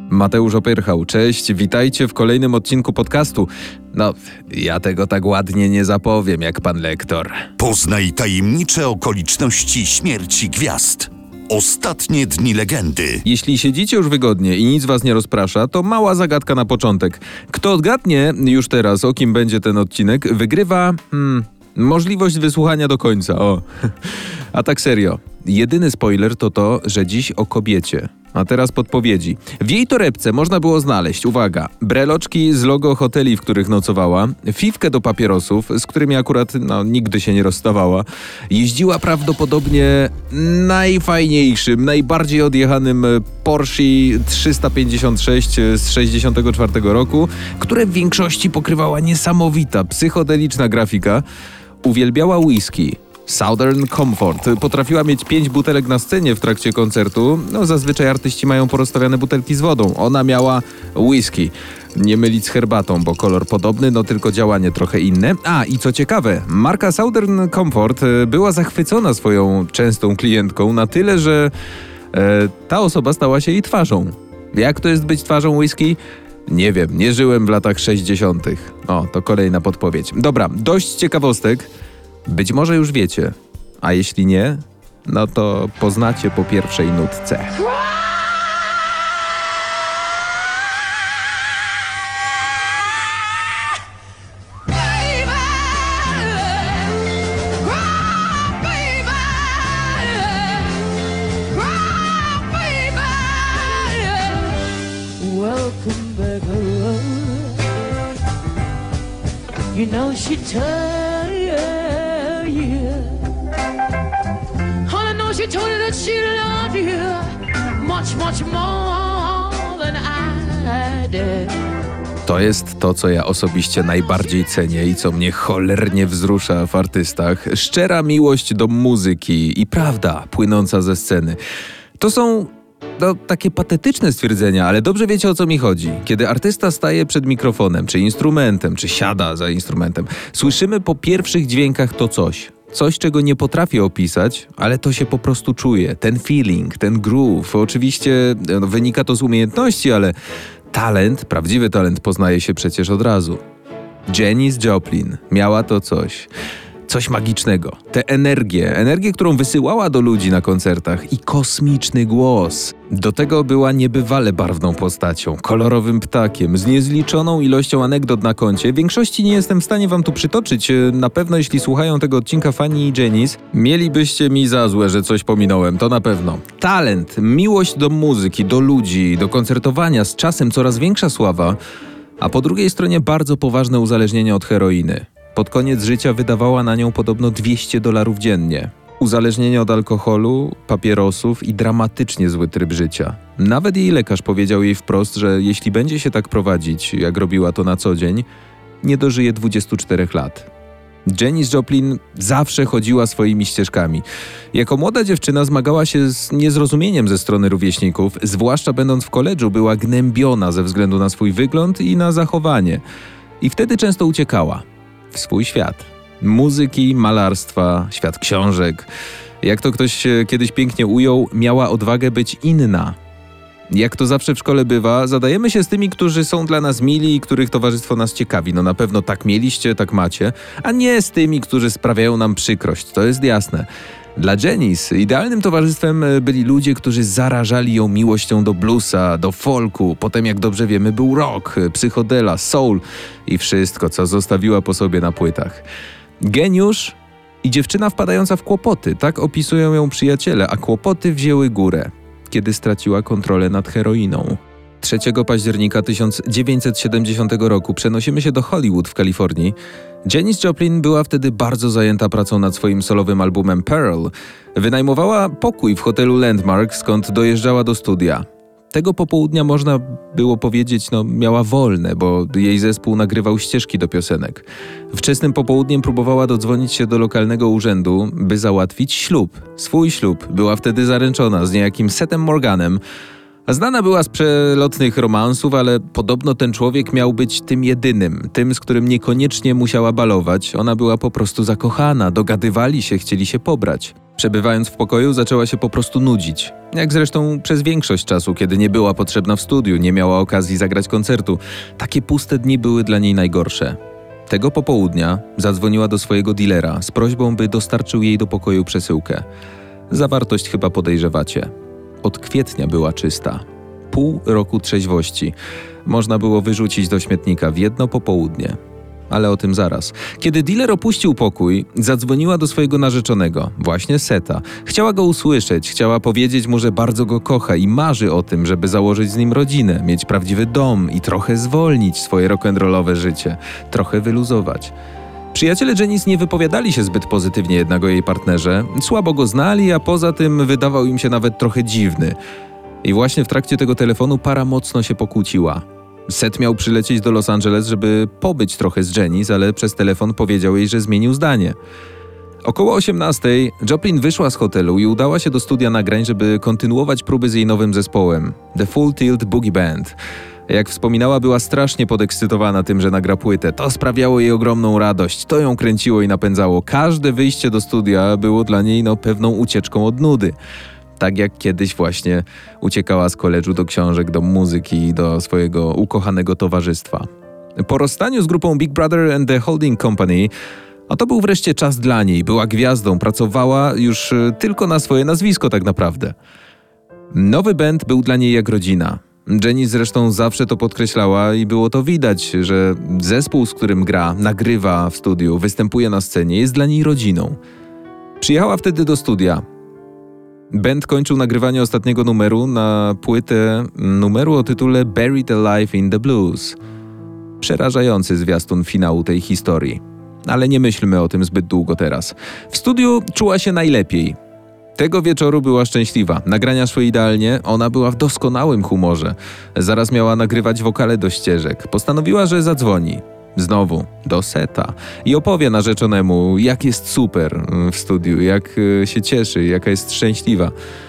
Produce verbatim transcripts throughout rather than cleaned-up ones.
Mateusz Opyrchał, cześć, witajcie w kolejnym odcinku podcastu. No, ja tego tak ładnie nie zapowiem jak pan lektor. Poznaj tajemnicze okoliczności śmierci gwiazd. Ostatnie dni legendy. Jeśli siedzicie już wygodnie i nic was nie rozprasza, to mała zagadka na początek. Kto odgadnie już teraz, o kim będzie ten odcinek, wygrywa hmm, możliwość wysłuchania do końca. O. A tak serio, jedyny spoiler to to, że dziś o kobiecie. A teraz podpowiedzi. W jej torebce można było znaleźć, uwaga, breloczki z logo hoteli, w których nocowała, fifkę do papierosów, z którymi akurat no, nigdy się nie rozstawała, jeździła prawdopodobnie najfajniejszym, najbardziej odjechanym Porsche trzysta pięćdziesiąt sześć z sześćdziesiątego czwartego roku, które w większości pokrywała niesamowita, psychodeliczna grafika, uwielbiała whisky. Southern Comfort. Potrafiła mieć pięć butelek na scenie w trakcie koncertu. No zazwyczaj artyści mają porozstawiane butelki z wodą. Ona miała whisky. Nie mylić z herbatą, bo kolor podobny, no tylko działanie trochę inne. A i co ciekawe, marka Southern Comfort była zachwycona swoją częstą klientką na tyle, że e, ta osoba stała się jej twarzą. Jak to jest być twarzą whisky? Nie wiem, nie żyłem w latach sześćdziesiątych. O, to kolejna podpowiedź. Dobra, dość ciekawostek. Być może już wiecie, a jeśli nie, no to poznacie po pierwszej nutce. Welcome back home. You know she turned She told her that she loved you much, much more than I did. To jest to, co ja osobiście najbardziej cenię i co mnie cholernie wzrusza w artystach. Szczera miłość do muzyki i prawda płynąca ze sceny. To są no, takie patetyczne stwierdzenia, ale dobrze wiecie, o co mi chodzi. Kiedy artysta staje przed mikrofonem, czy instrumentem, czy siada za instrumentem, słyszymy po pierwszych dźwiękach to coś. Coś, czego nie potrafię opisać, ale to się po prostu czuje. Ten feeling, ten groove. Oczywiście no, wynika to z umiejętności, ale talent, prawdziwy talent poznaje się przecież od razu. Janis Joplin miała to coś. Coś magicznego. Tę energię, energię, którą wysyłała do ludzi na koncertach i kosmiczny głos. Do tego była niebywale barwną postacią, kolorowym ptakiem, z niezliczoną ilością anegdot na koncie. W większości nie jestem w stanie wam tu przytoczyć. Na pewno jeśli słuchają tego odcinka fani Janis, mielibyście mi za złe, że coś pominąłem, to na pewno. Talent, miłość do muzyki, do ludzi, do koncertowania, z czasem coraz większa sława, a po drugiej stronie bardzo poważne uzależnienie od heroiny. Pod koniec życia wydawała na nią podobno dwieście dolarów dziennie. Uzależnienie od alkoholu, papierosów i dramatycznie zły tryb życia. Nawet jej lekarz powiedział jej wprost, że jeśli będzie się tak prowadzić, jak robiła to na co dzień, nie dożyje dwudziestu czterech lat. Janis Joplin zawsze chodziła swoimi ścieżkami. Jako młoda dziewczyna zmagała się z niezrozumieniem ze strony rówieśników, zwłaszcza będąc w koledżu była gnębiona ze względu na swój wygląd i na zachowanie. I wtedy często uciekała. W swój świat. Muzyki, malarstwa, świat książek. Jak to ktoś kiedyś pięknie ujął, miała odwagę być inna. Jak to zawsze w szkole bywa, zadajemy się z tymi, którzy są dla nas mili i których towarzystwo nas ciekawi. No na pewno tak mieliście, tak macie. A nie z tymi, którzy sprawiają nam przykrość. To jest jasne. Dla Janis idealnym towarzystwem byli ludzie, którzy zarażali ją miłością do bluesa, do folku. Potem, jak dobrze wiemy, był rock, psychodela, soul i wszystko, co zostawiła po sobie na płytach. Geniusz i dziewczyna wpadająca w kłopoty. Tak opisują ją przyjaciele, a kłopoty wzięły górę, kiedy straciła kontrolę nad heroiną. trzeciego października tysiąc dziewięćset siedemdziesiątego roku przenosimy się do Hollywood w Kalifornii. Janis Joplin była wtedy bardzo zajęta pracą nad swoim solowym albumem Pearl. Wynajmowała pokój w hotelu Landmark, skąd dojeżdżała do studia. Tego popołudnia można było powiedzieć, no miała wolne, bo jej zespół nagrywał ścieżki do piosenek. Wczesnym popołudniem próbowała dodzwonić się do lokalnego urzędu, by załatwić ślub. Swój ślub. Była wtedy zaręczona z niejakim Setem Morganem. Znana była z przelotnych romansów, ale podobno ten człowiek miał być tym jedynym, tym, z którym niekoniecznie musiała balować. Ona była po prostu zakochana, dogadywali się, chcieli się pobrać. Przebywając w pokoju, zaczęła się po prostu nudzić. Jak zresztą przez większość czasu, kiedy nie była potrzebna w studiu, nie miała okazji zagrać koncertu. Takie puste dni były dla niej najgorsze. Tego popołudnia zadzwoniła do swojego dealera z prośbą, by dostarczył jej do pokoju przesyłkę. Zawartość chyba podejrzewacie. Od kwietnia była czysta. Pół roku trzeźwości. Można było wyrzucić do śmietnika w jedno popołudnie. Ale o tym zaraz. Kiedy dealer opuścił pokój, zadzwoniła do swojego narzeczonego, właśnie Seta. Chciała go usłyszeć, chciała powiedzieć mu, że bardzo go kocha i marzy o tym, żeby założyć z nim rodzinę, mieć prawdziwy dom i trochę zwolnić swoje rock'n'rollowe życie, trochę wyluzować. Przyjaciele Janice nie wypowiadali się zbyt pozytywnie jednak o jej partnerze, słabo go znali, a poza tym wydawał im się nawet trochę dziwny. I właśnie w trakcie tego telefonu para mocno się pokłóciła. Seth miał przylecieć do Los Angeles, żeby pobyć trochę z Janice, ale przez telefon powiedział jej, że zmienił zdanie. Około osiemnastej Joplin wyszła z hotelu i udała się do studia nagrań, żeby kontynuować próby z jej nowym zespołem The Full Tilt Boogie Band. Jak wspominała, była strasznie podekscytowana tym, że nagra płytę. To sprawiało jej ogromną radość, to ją kręciło i napędzało. Każde wyjście do studia było dla niej no, pewną ucieczką od nudy. Tak jak kiedyś właśnie uciekała z koledżu do książek, do muzyki i do swojego ukochanego towarzystwa. Po rozstaniu z grupą Big Brother and the Holding Company, a to był wreszcie czas dla niej. Była gwiazdą, pracowała już tylko na swoje nazwisko tak naprawdę. Nowy band był dla niej jak rodzina. Janice zresztą zawsze to podkreślała i było to widać, że zespół, z którym gra, nagrywa w studiu, występuje na scenie, jest dla niej rodziną. Przyjechała wtedy do studia. Band kończył nagrywanie ostatniego numeru na płytę numeru o tytule Buried Alive in the Blues. Przerażający zwiastun finału tej historii. Ale nie myślmy o tym zbyt długo teraz. W studiu czuła się najlepiej. Tego wieczoru była szczęśliwa. Nagrania szły idealnie, ona była w doskonałym humorze. Zaraz miała nagrywać wokale do ścieżek. Postanowiła, że zadzwoni. Znowu do Seta i opowie narzeczonemu, jak jest super w studiu, jak się cieszy, jaka jest szczęśliwa.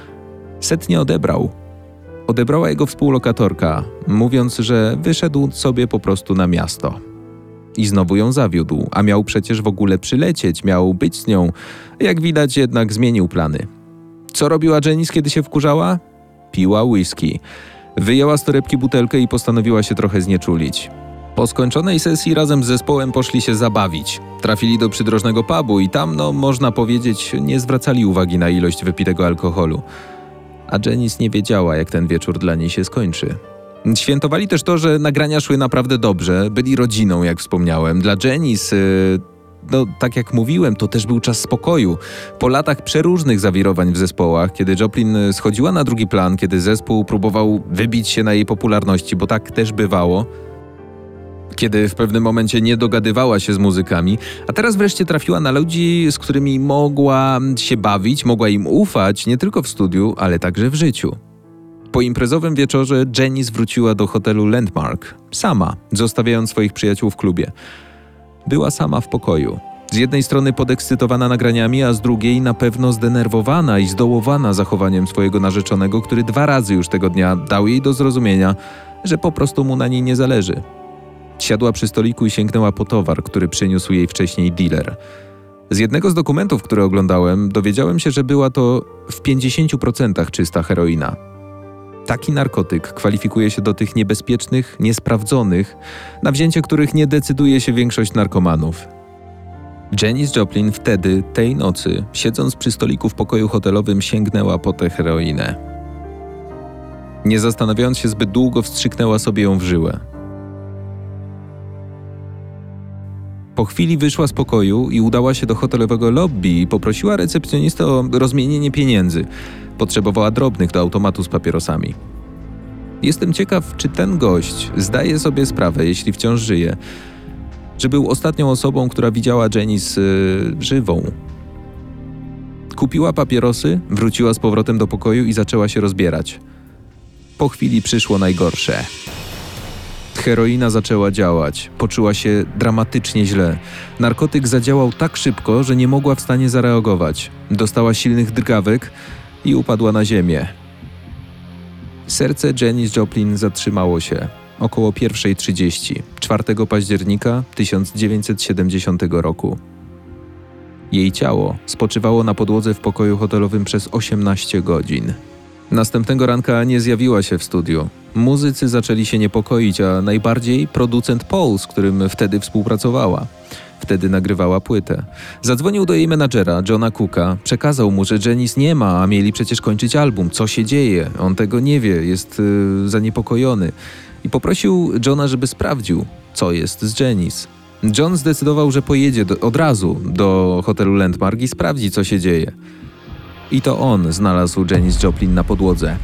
Set nie odebrał. Odebrała jego współlokatorka, mówiąc, że wyszedł sobie po prostu na miasto. I znowu ją zawiódł, a miał przecież w ogóle przylecieć, miał być z nią. Jak widać, jednak zmienił plany. Co robiła Janice, kiedy się wkurzała? Piła whisky. Wyjęła z torebki butelkę i postanowiła się trochę znieczulić. Po skończonej sesji razem z zespołem poszli się zabawić. Trafili do przydrożnego pubu i tam, no można powiedzieć, nie zwracali uwagi na ilość wypitego alkoholu. A Janice nie wiedziała, jak ten wieczór dla niej się skończy. Świętowali też to, że nagrania szły naprawdę dobrze, byli rodziną, jak wspomniałem. Dla Janice, yy, no tak jak mówiłem, to też był czas spokoju. Po latach przeróżnych zawirowań w zespołach, kiedy Joplin schodziła na drugi plan, kiedy zespół próbował wybić się na jej popularności, bo tak też bywało, kiedy w pewnym momencie nie dogadywała się z muzykami, a teraz wreszcie trafiła na ludzi, z którymi mogła się bawić, mogła im ufać, nie tylko w studiu, ale także w życiu. Po imprezowym wieczorze Janice wróciła do hotelu Landmark, sama, zostawiając swoich przyjaciół w klubie. Była sama w pokoju. Z jednej strony podekscytowana nagraniami, a z drugiej na pewno zdenerwowana i zdołowana zachowaniem swojego narzeczonego, który dwa razy już tego dnia dał jej do zrozumienia, że po prostu mu na niej nie zależy. Siadła przy stoliku i sięgnęła po towar, który przyniósł jej wcześniej dealer. Z jednego z dokumentów, które oglądałem, dowiedziałem się, że była to w pięćdziesięciu procentach czysta heroina. Taki narkotyk kwalifikuje się do tych niebezpiecznych, niesprawdzonych, na wzięcie których nie decyduje się większość narkomanów. Janis Joplin wtedy, tej nocy, siedząc przy stoliku w pokoju hotelowym, sięgnęła po tę heroinę. Nie zastanawiając się zbyt długo, wstrzyknęła sobie ją w żyłę. Po chwili wyszła z pokoju i udała się do hotelowego lobby i poprosiła recepcjonistę o rozmienienie pieniędzy. Potrzebowała drobnych do automatu z papierosami. Jestem ciekaw, czy ten gość zdaje sobie sprawę, jeśli wciąż żyje, że był ostatnią osobą, która widziała Janice yy, żywą. Kupiła papierosy, wróciła z powrotem do pokoju i zaczęła się rozbierać. Po chwili przyszło najgorsze. Heroina zaczęła działać. Poczuła się dramatycznie źle. Narkotyk zadziałał tak szybko, że nie mogła w stanie zareagować. Dostała silnych drgawek i upadła na ziemię. Serce Janis Joplin zatrzymało się około pierwsza trzydzieści, czwartego października tysiąc dziewięćset siedemdziesiątego roku. Jej ciało spoczywało na podłodze w pokoju hotelowym przez osiemnaście godzin. Następnego ranka nie zjawiła się w studiu. Muzycy zaczęli się niepokoić, a najbardziej producent Paul, z którym wtedy współpracowała. Wtedy nagrywała płytę. Zadzwonił do jej menadżera, Johna Cooka, przekazał mu, że Janice nie ma, a mieli przecież kończyć album. Co się dzieje? On tego nie wie, jest yy, zaniepokojony. I poprosił Johna, żeby sprawdził, co jest z Janice. John zdecydował, że pojedzie do, od razu do hotelu Landmark i sprawdzi, co się dzieje. I to on znalazł Janis Joplin na podłodze.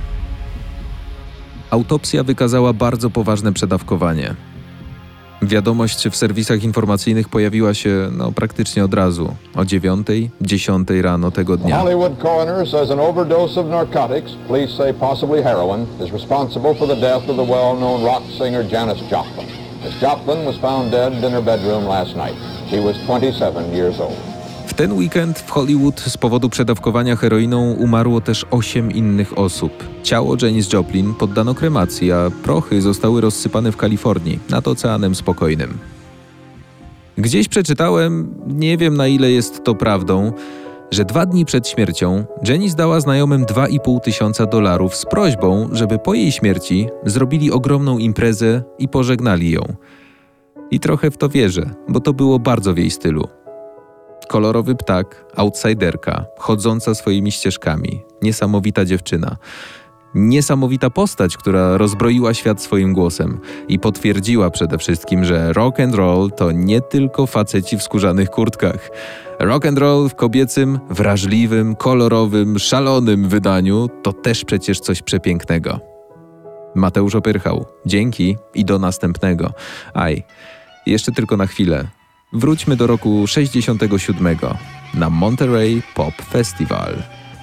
Autopsja wykazała bardzo poważne przedawkowanie. Wiadomość w serwisach informacyjnych pojawiła się no, praktycznie od razu, o dziewiątej, dziesiątej rano tego dnia. Hollywood coroner says an overdose of narcotics, police say possibly heroin, is responsible for the death of the well-known rock singer Janis Joplin. Miss Joplin was found dead in her bedroom last night. She was twenty-seven years old. W ten weekend w Hollywood z powodu przedawkowania heroiną umarło też osiem innych osób. Ciało Janis Joplin poddano kremacji, a prochy zostały rozsypane w Kalifornii, nad Oceanem Spokojnym. Gdzieś przeczytałem, nie wiem na ile jest to prawdą, że dwa dni przed śmiercią Janis dała znajomym dwa i pół tysiąca dolarów z prośbą, żeby po jej śmierci zrobili ogromną imprezę i pożegnali ją. I trochę w to wierzę, bo to było bardzo w jej stylu. Kolorowy ptak, outsiderka, chodząca swoimi ścieżkami, niesamowita dziewczyna. Niesamowita postać, która rozbroiła świat swoim głosem i potwierdziła przede wszystkim, że rock and roll to nie tylko faceci w skórzanych kurtkach. Rock and roll w kobiecym, wrażliwym, kolorowym, szalonym wydaniu to też przecież coś przepięknego. Mateusz Opyrchał, dzięki i do następnego. Aj, jeszcze tylko na chwilę. Wróćmy do roku sześćdziesiątego siódmego na Monterey Pop Festival.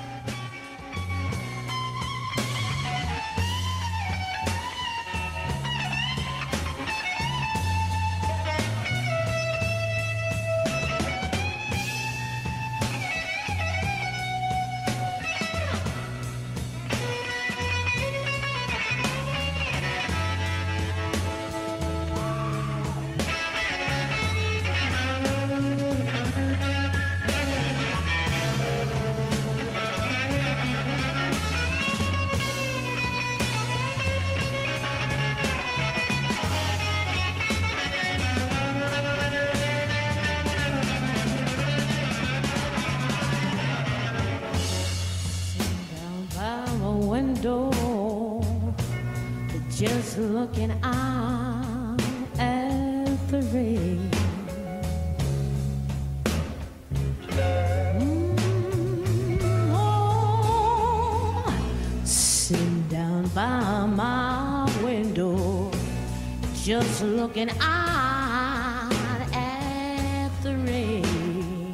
Just looking out at the rain. Mm, oh, sitting down by my window, just looking out at the rain.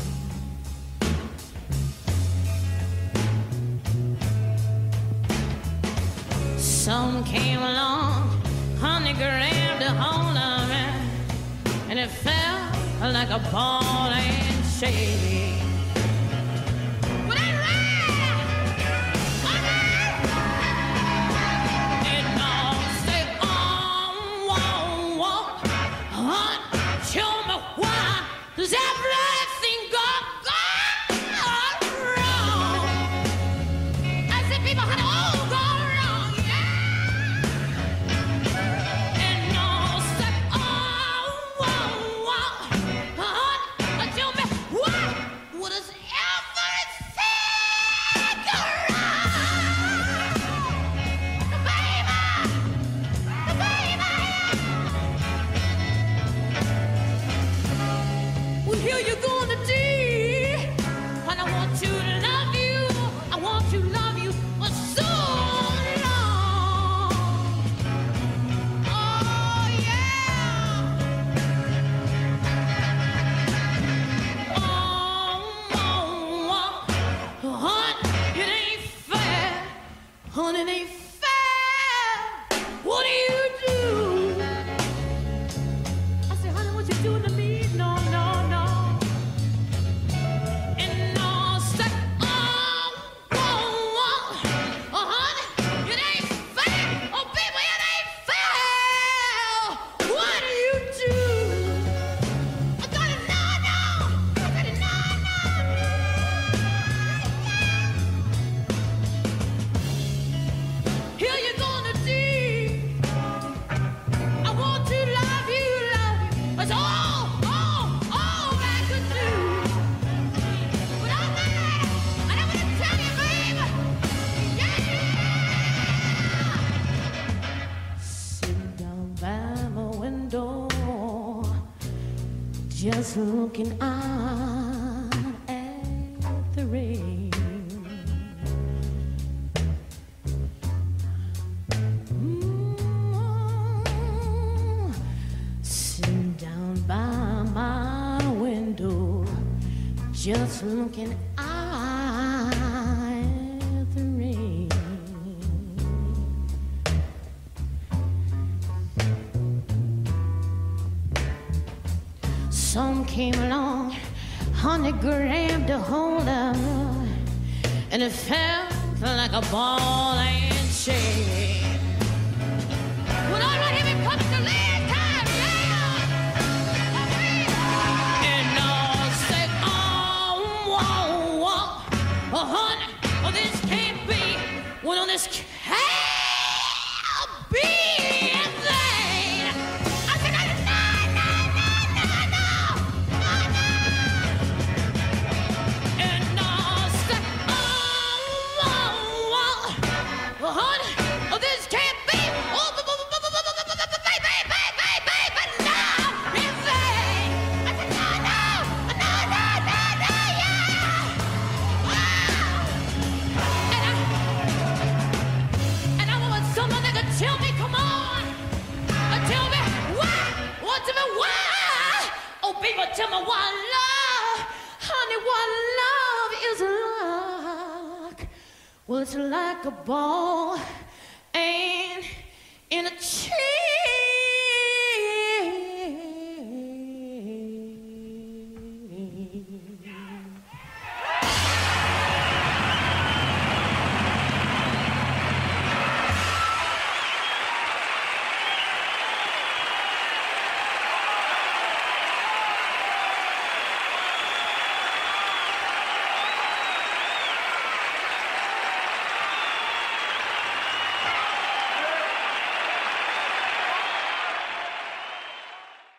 Some came along, honey, grabbed a hold of me, and it felt like a ball and chain. Would I ride? It all say, oh, whoa, whoa, huh? Show me why does everything go, go wrong? I said, people, honey, oh, go wrong, yeah. And all said, oh, whoa, whoa, huh? Tell me why would just looking out at the rain. Mm, sitting down by my window, just looking out at the rain. Some came along, honey grabbed a hold of, and it felt like a ball and chain. Well, all right, here it comes the last time, yeah! And I'll say, oh, whoa, whoa, oh, honey, oh, this can't be, well, no, this can't be a thing. I said, no, no, no, no, no, no, no. And I'll say, oh, whoa, whoa, oh, honey, oh, this can't be, oh, baby, baby, baby, no, it's thing. I said, no, no, no, no, no, no, yeah. Wow. And I, and I want someone that could tell me, come on, uh, tell me why, what tell me why, oh people tell me why love, honey, what love is like. Well, it's like a ball and in a chain.